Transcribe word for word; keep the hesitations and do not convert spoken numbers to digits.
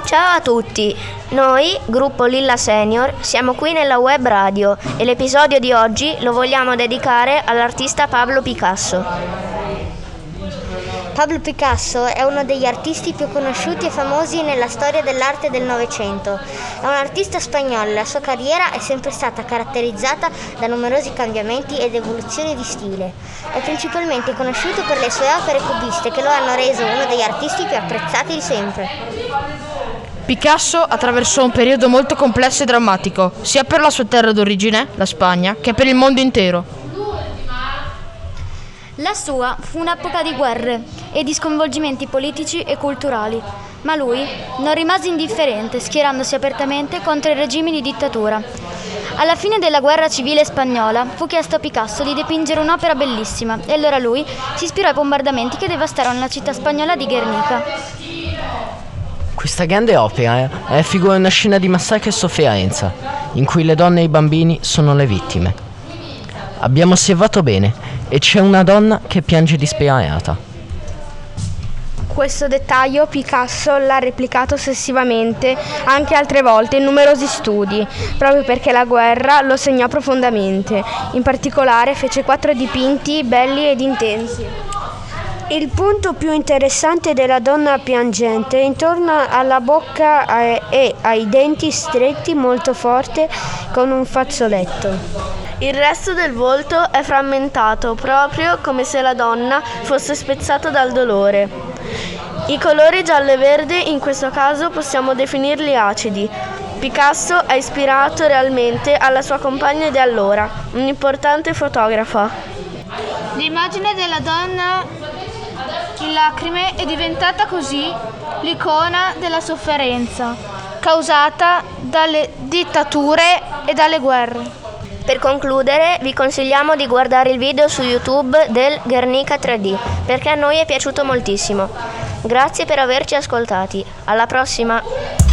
Ciao a tutti, noi, gruppo Lilla Senior, siamo qui nella web radio e l'episodio di oggi lo vogliamo dedicare all'artista Pablo Picasso. Pablo Picasso è uno degli artisti più conosciuti e famosi nella storia dell'arte del Novecento. È un artista spagnolo e la sua carriera è sempre stata caratterizzata da numerosi cambiamenti ed evoluzioni di stile. È principalmente conosciuto per le sue opere cubiste che lo hanno reso uno degli artisti più apprezzati di sempre. Picasso attraversò un periodo molto complesso e drammatico, sia per la sua terra d'origine, la Spagna, che per il mondo intero. La sua fu un'epoca di guerre e di sconvolgimenti politici e culturali, ma lui non rimase indifferente, schierandosi apertamente contro i regimi di dittatura. Alla fine della guerra civile spagnola fu chiesto a Picasso di dipingere un'opera bellissima e allora lui si ispirò ai bombardamenti che devastarono la città spagnola di Guernica. Questa grande opera raffigura una scena di massacro e sofferenza, in cui le donne e i bambini sono le vittime. Abbiamo osservato bene e c'è una donna che piange disperata. Questo dettaglio Picasso l'ha replicato ossessivamente anche altre volte in numerosi studi, proprio perché la guerra lo segnò profondamente. In particolare fece quattro dipinti belli ed intensi. Il punto più interessante della donna piangente è intorno alla bocca e ai denti stretti molto forte con un fazzoletto. Il resto del volto è frammentato, proprio come se la donna fosse spezzata dal dolore. I colori giallo e verde in questo caso possiamo definirli acidi. Picasso ha ispirato realmente alla sua compagna di allora, un'importante fotografa. L'immagine della donna in lacrime è diventata così l'icona della sofferenza causata dalle dittature e dalle guerre. Per concludere, vi consigliamo di guardare il video su YouTube del Guernica tre D, perché a noi è piaciuto moltissimo. Grazie per averci ascoltati. Alla prossima!